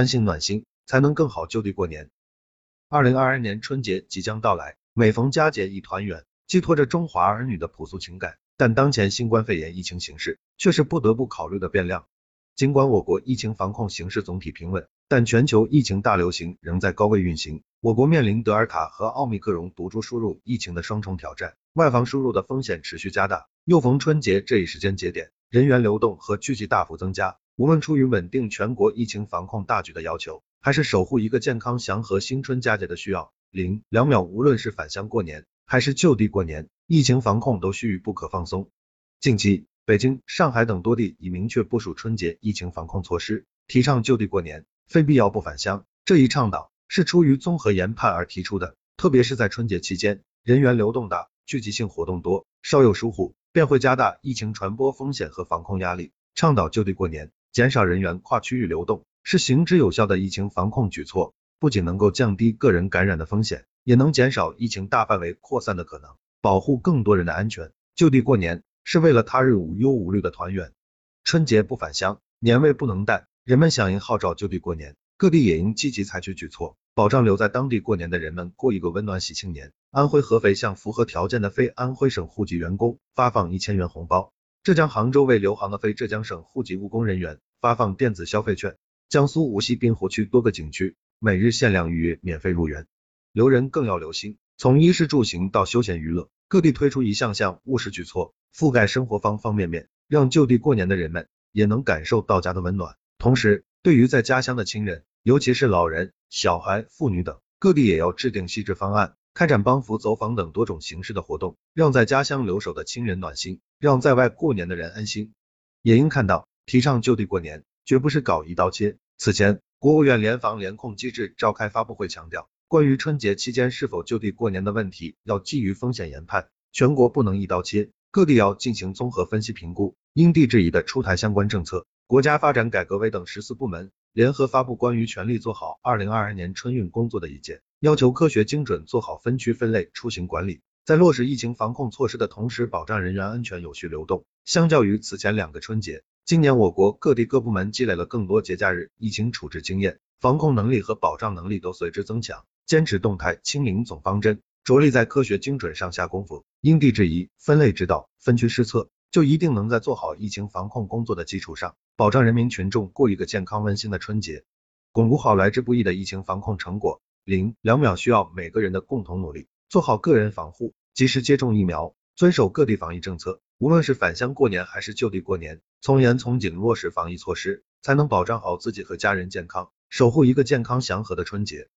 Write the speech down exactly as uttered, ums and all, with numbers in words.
安心暖心，才能更好就地过年。二零二二年春节即将到来，每逢佳节一团圆，寄托着中华儿女的朴素情感。但当前新冠肺炎疫情形势却是不得不考虑的变量。尽管我国疫情防控形势总体平稳，但全球疫情大流行仍在高位运行。我国面临德尔塔和奥密克戎毒株输入疫情的双重挑战，外防输入的风险持续加大。又逢春节这一时间节点，人员流动和聚集大幅增加。无论出于稳定全国疫情防控大局的要求，还是守护一个健康祥和新春佳节的需要，零两秒无论是返乡过年还是就地过年，疫情防控都须臾不可放松。近期，北京、上海等多地已明确部署春节疫情防控措施，提倡就地过年，非必要不返乡。这一倡导是出于综合研判而提出的，特别是在春节期间，人员流动大，聚集性活动多，稍有疏忽便会加大疫情传播风险和防控压力。倡导就地过年，减少人员跨区域流动，是行之有效的疫情防控举措，不仅能够降低个人感染的风险，也能减少疫情大范围扩散的可能，保护更多人的安全。就地过年是为了他日无忧无虑的团圆。春节不返乡，年味不能淡，人们响应号召就地过年，各地也应积极采取举措，保障留在当地过年的人们过一个温暖喜庆年。安徽合肥向符合条件的非安徽省户籍员工发放一千元红包，浙江杭州为留杭的非浙江省户籍务工人员发放电子消费券，江苏无锡滨湖区多个景区每日限量预约免费入园。留人更要留心，从衣食住行到休闲娱乐，各地推出一项项务实举措，覆盖生活方方面面，让就地过年的人们也能感受到家的温暖。同时，对于在家乡的亲人，尤其是老人、小孩、妇女等，各地也要制定细致方案，开展帮扶走访等多种形式的活动，让在家乡留守的亲人暖心，让在外过年的人安心。也应看到，提倡就地过年，绝不是搞一刀切。此前，国务院联防联控机制召开发布会强调，关于春节期间是否就地过年的问题，要基于风险研判，全国不能一刀切，各地要进行综合分析评估，因地制宜的出台相关政策。国家发展改革委等十四部门联合发布关于全力做好二零二二年春运工作的意见，要求科学精准做好分区分类出行管理，在落实疫情防控措施的同时保障人员安全有序流动。相较于此前两个春节，今年我国各地各部门积累了更多节假日疫情处置经验，防控能力和保障能力都随之增强，坚持动态清零总方针，着力在科学精准上下功夫，因地制宜、分类指导、分区施策，就一定能在做好疫情防控工作的基础上，保障人民群众过一个健康温馨的春节，巩固好来之不易的疫情防控成果。零两秒需要每个人的共同努力，做好个人防护，及时接种疫苗，遵守各地防疫政策，无论是返乡过年还是就地过年，从严从紧落实防疫措施，才能保障好自己和家人健康，守护一个健康祥和的春节。